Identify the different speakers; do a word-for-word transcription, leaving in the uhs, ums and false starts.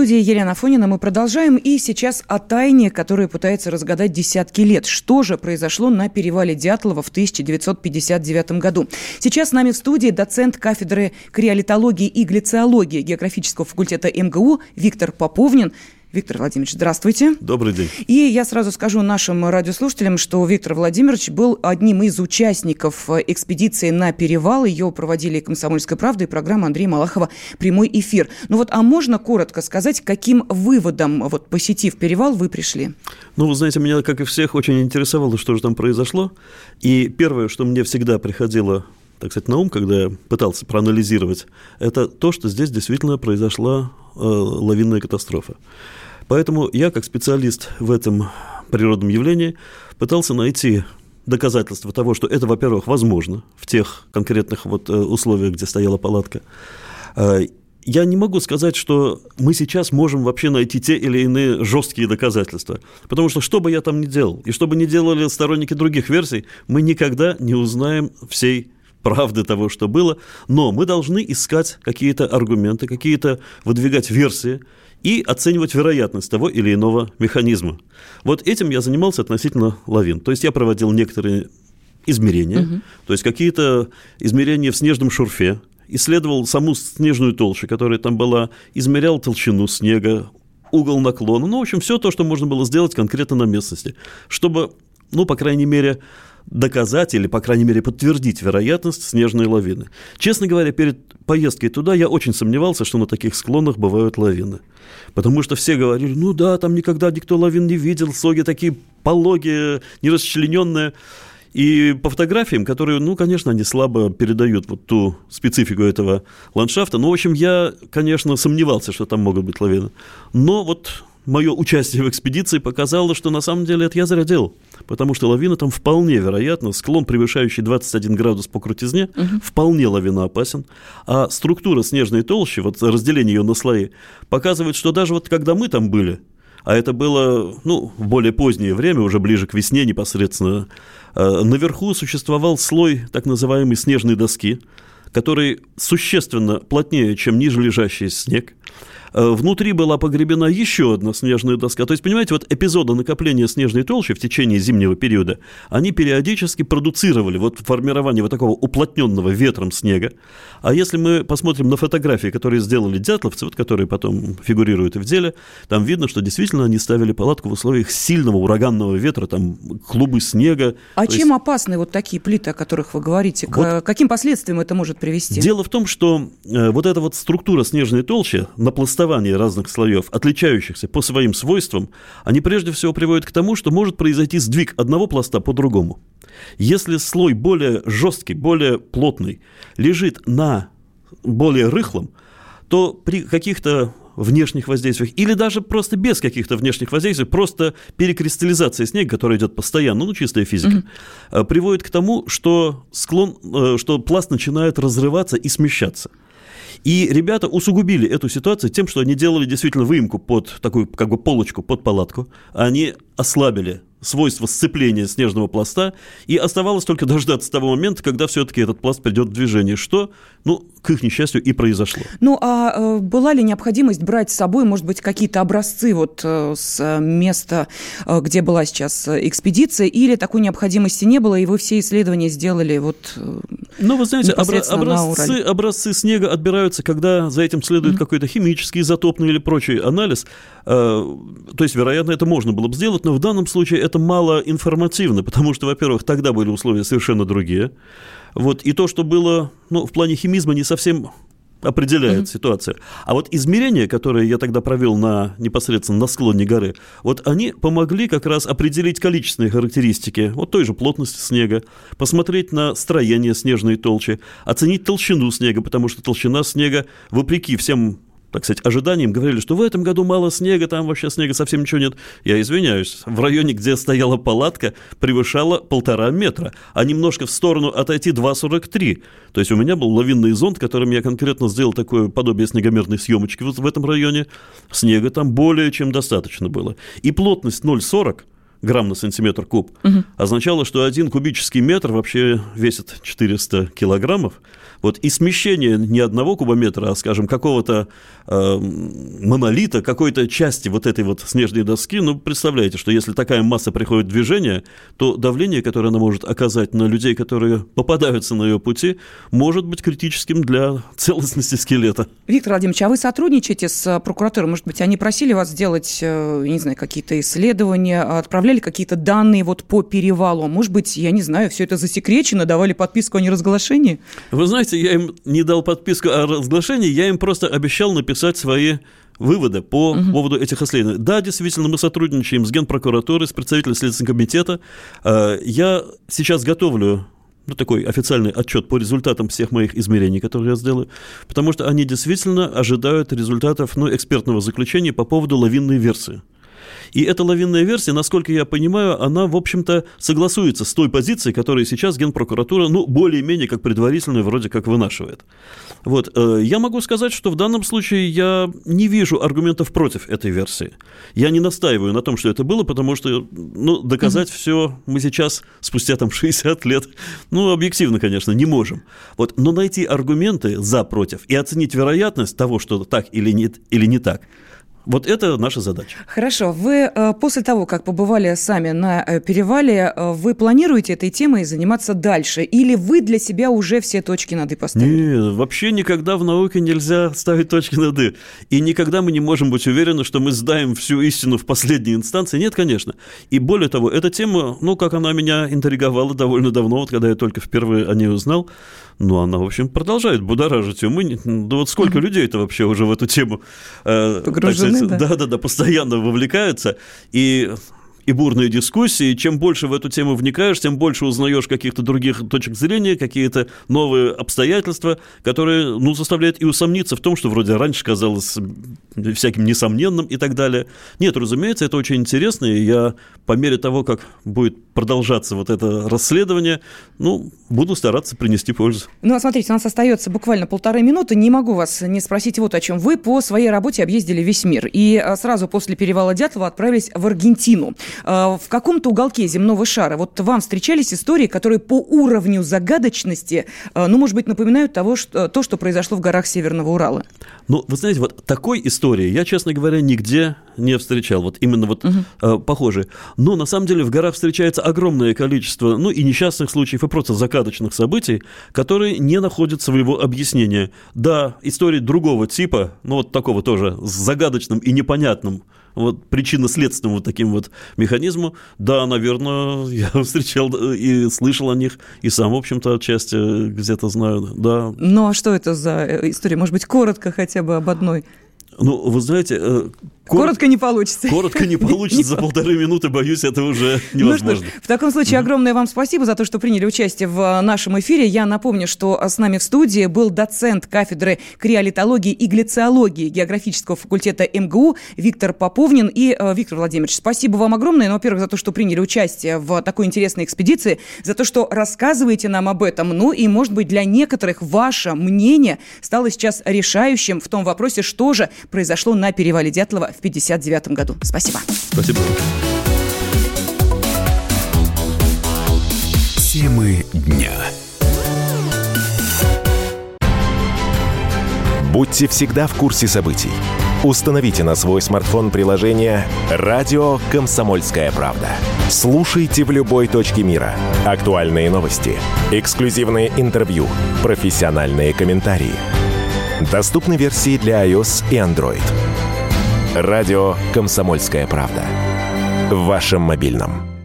Speaker 1: студии Елена Афонина. Мы продолжаем. И сейчас о тайне, которую пытаются разгадать десятки лет. Что же произошло на перевале Дятлова в тысяча девятьсот пятьдесят девятом году? Сейчас с нами в студии доцент кафедры криолитологии и глициологии географического факультета эм гэ у Виктор Поповнин. Виктор Владимирович, здравствуйте.
Speaker 2: Добрый день.
Speaker 1: И я сразу скажу нашим радиослушателям, что Виктор Владимирович был одним из участников экспедиции на перевал. Ее проводили «Комсомольская правда» и программа Андрея Малахова «Прямой эфир». Ну вот, а можно коротко сказать, к каким выводам, вот, посетив перевал, вы пришли?
Speaker 2: Ну, вы знаете, меня, как и всех, очень интересовало, что же там произошло. И первое, что мне всегда приходило, так сказать, на ум, когда я пытался проанализировать, это то, что здесь действительно произошла э, лавинная катастрофа. Поэтому я, как специалист в этом природном явлении, пытался найти доказательства того, что это, во-первых, возможно в тех конкретных вот условиях, где стояла палатка. Я не могу сказать, что мы сейчас можем вообще найти те или иные жесткие доказательства, потому что, что бы я там ни делал, и что бы ни делали сторонники других версий, мы никогда не узнаем всей правды того, что было, но мы должны искать какие-то аргументы, какие-то выдвигать версии, и оценивать вероятность того или иного механизма. Вот этим я занимался относительно лавин. То есть я проводил некоторые измерения, угу. то есть какие-то измерения в снежном шурфе, исследовал саму снежную толщу, которая там была, измерял толщину снега, угол наклона, ну, в общем, все то, что можно было сделать конкретно на местности, чтобы, ну, по крайней мере, доказать или, по крайней мере, подтвердить вероятность снежной лавины. Честно говоря, перед поездкой туда я очень сомневался, что на таких склонах бывают лавины. Потому что все говорили, ну да, там никогда никто лавин не видел, соги такие пологие, нерасчлененные. И по фотографиям, которые, ну, конечно, они слабо передают вот ту специфику этого ландшафта. Ну, в общем, я, конечно, сомневался, что там могут быть лавины. Но вот мое участие в экспедиции показало, что на самом деле это я зря делал. Потому что лавина там вполне вероятно, склон, превышающий двадцать один градус по крутизне, угу. вполне лавиноопасен. А структура снежной толщи, вот разделение ее на слои, показывает, что даже вот когда мы там были, а это было, ну, в более позднее время, уже ближе к весне непосредственно, наверху существовал слой так называемой снежной доски, который существенно плотнее, чем ниже лежащий снег. Внутри была погребена еще одна снежная доска. То есть, понимаете, вот эпизоды накопления снежной толщи в течение зимнего периода, они периодически продуцировали вот формирование вот такого уплотненного ветром снега. А если мы посмотрим на фотографии, которые сделали дятловцы, вот, которые потом фигурируют и в деле, там видно, что действительно они ставили палатку в условиях сильного ураганного ветра, там клубы снега.
Speaker 1: А чем
Speaker 2: есть...
Speaker 1: опасны вот такие плиты, о которых вы говорите? К вот каким последствиям это может привести?
Speaker 2: Дело в том, что э, вот эта вот структура снежной толщи, напластование разных слоев, отличающихся по своим свойствам, они прежде всего приводят к тому, что может произойти сдвиг одного пласта по другому. Если слой более жесткий, более плотный, лежит на более рыхлом, то при каких-то внешних воздействиях, или даже просто без каких-то внешних воздействий, просто перекристаллизация снега, которая идет постоянно, ну, чистая физика, mm-hmm. приводит к тому, что склон, что пласт начинает разрываться и смещаться. И ребята усугубили эту ситуацию тем, что они делали действительно выемку под такую, как бы, полочку под палатку. Они ослабили свойства сцепления снежного пласта, и оставалось только дождаться того момента, когда все-таки этот пласт придет в движение, что, ну, к их несчастью, и произошло.
Speaker 1: Ну, а э, была ли необходимость брать с собой, может быть, какие-то образцы вот э, с места, э, где была сейчас экспедиция, или такой необходимости не было, и вы все исследования сделали вот э,
Speaker 2: Ну, вы знаете, обра- образцы, образцы снега отбираются, когда за этим следует mm-hmm. какой-то химический, изотопный или прочий анализ. Э, то есть, вероятно, это можно было бы сделать, но в данном случае это мало информативно, потому что, во-первых, тогда были условия совершенно другие. Вот, и то, что было, ну, в плане химизма, не совсем определяет mm-hmm. ситуацию. А вот измерения, которые я тогда провел на, непосредственно на склоне горы, вот они помогли как раз определить количественные характеристики вот той же плотности снега, посмотреть на строение снежной толщи, оценить толщину снега, потому что толщина снега, вопреки всем, так сказать, ожиданиям, говорили, что в этом году мало снега, там вообще снега совсем ничего нет. Я извиняюсь, в районе, где стояла палатка, превышала полтора метра, а немножко в сторону отойти два сорок три. То есть у меня был лавинный зонд, которым я конкретно сделал такое подобие снегомерной съемочки вот в этом районе. Снега там более чем достаточно было. И плотность ноль сорок грамм на сантиметр куб, угу. означало, что один кубический метр вообще весит четыреста килограммов. Вот, и смещение не одного кубометра, а, скажем, какого-то э, монолита, какой-то части вот этой вот снежной доски, ну, представляете, что если такая масса приходит в движение, то давление, которое она может оказать на людей, которые попадаются на ее пути, может быть критическим для целостности скелета.
Speaker 1: Виктор Владимирович, а вы сотрудничаете с прокуратурой? Может быть, они просили вас сделать, не знаю, какие-то исследования, отправляли какие-то данные вот по перевалу? Может быть, я не знаю, все это засекречено, давали подписку о неразглашении?
Speaker 2: Вы знаете, я им не дал подписку о разглашении, я им просто обещал написать свои выводы по угу. поводу этих исследований. Да, действительно, мы сотрудничаем с Генпрокуратурой, с представителем Следственного комитета. Я сейчас готовлю ну, такой официальный отчет по результатам всех моих измерений, которые я сделаю, потому что они действительно ожидают результатов ну, экспертного заключения по поводу лавинной версии. И эта лавинная версия, насколько я понимаю, она, в общем-то, согласуется с той позицией, которую сейчас Генпрокуратура, ну, более-менее как предварительную, вроде как вынашивает. Вот. Я могу сказать, что в данном случае я не вижу аргументов против этой версии. Я не настаиваю на том, что это было, потому что, ну, доказать mm-hmm. все мы сейчас, спустя там шестьдесят лет, ну, объективно, конечно, не можем. Вот. Но найти аргументы за, против и оценить вероятность того, что так или нет, или не так, вот это наша задача.
Speaker 1: Хорошо. Вы после того, как побывали сами на перевале, вы планируете этой темой заниматься дальше? Или вы для себя уже все точки над «и» поставили?
Speaker 2: Нет, вообще никогда в науке нельзя ставить точки над «и». И никогда мы не можем быть уверены, что мы знаем всю истину в последней инстанции. Нет, конечно. И более того, эта тема, ну, как она меня интриговала довольно давно, вот когда я только впервые о ней узнал, ну, она, в общем, продолжает будоражить умы. Да вот сколько mm-hmm. людей-то вообще уже в эту тему погружены, да? Да-да-да, постоянно вовлекаются. И... и бурные дискуссии. Чем больше в эту тему вникаешь, тем больше узнаешь каких-то других точек зрения, какие-то новые обстоятельства, которые, ну, заставляют и усомниться в том, что вроде раньше казалось всяким несомненным и так далее. Нет, разумеется, это очень интересно, и я по мере того, как будет продолжаться вот это расследование, ну, буду стараться принести пользу.
Speaker 1: Ну, а смотрите, у нас остается буквально полторы минуты. Не могу вас не спросить вот о чем. Вы по своей работе объездили весь мир и сразу после перевала Дятлова отправились в Аргентину. В каком-то уголке земного шара вот вам встречались истории, которые по уровню загадочности, ну, может быть, напоминают того, что, то, что произошло в горах Северного Урала?
Speaker 2: Ну, вы знаете, вот такой истории я, честно говоря, нигде не встречал. Вот именно вот угу. э, похожие. Но, на самом деле, в горах встречается огромное количество, ну, и несчастных случаев, и просто загадочных событий, которые не находят своего объяснения. Да, истории другого типа, ну, вот такого тоже, с загадочным и непонятным, вот причинно-следственным вот таким вот механизмом, да, наверное, я встречал и слышал о них, и сам, в общем-то, отчасти где-то знаю, да.
Speaker 1: Ну, а что это за история? Может быть, коротко хотя бы об одной?
Speaker 2: Ну, вы знаете... Корот...
Speaker 1: Коротко не получится.
Speaker 2: Коротко не получится. За полторы минуты, боюсь, это уже невозможно.
Speaker 1: Ну что ж, в таком случае огромное вам спасибо за то, что приняли участие в нашем эфире. Я напомню, что с нами в студии был доцент кафедры криолитологии и глициологии географического факультета эм гэ у Виктор Поповнин. И, Виктор Владимирович, спасибо вам огромное, ну, во-первых, за то, что приняли участие в такой интересной экспедиции, за то, что рассказываете нам об этом. Ну и, может быть, для некоторых ваше мнение стало сейчас решающим в том вопросе, что же произошло на перевале Дятлова в пятьдесят девятом году. Спасибо.
Speaker 2: Спасибо.
Speaker 3: Темы дня. Будьте всегда в курсе событий. Установите на свой смартфон приложение «Радио Комсомольская правда». Слушайте в любой точке мира. Актуальные новости, эксклюзивные интервью, профессиональные комментарии. Доступны версии для iOS и Android. Радио «Комсомольская правда». В вашем мобильном.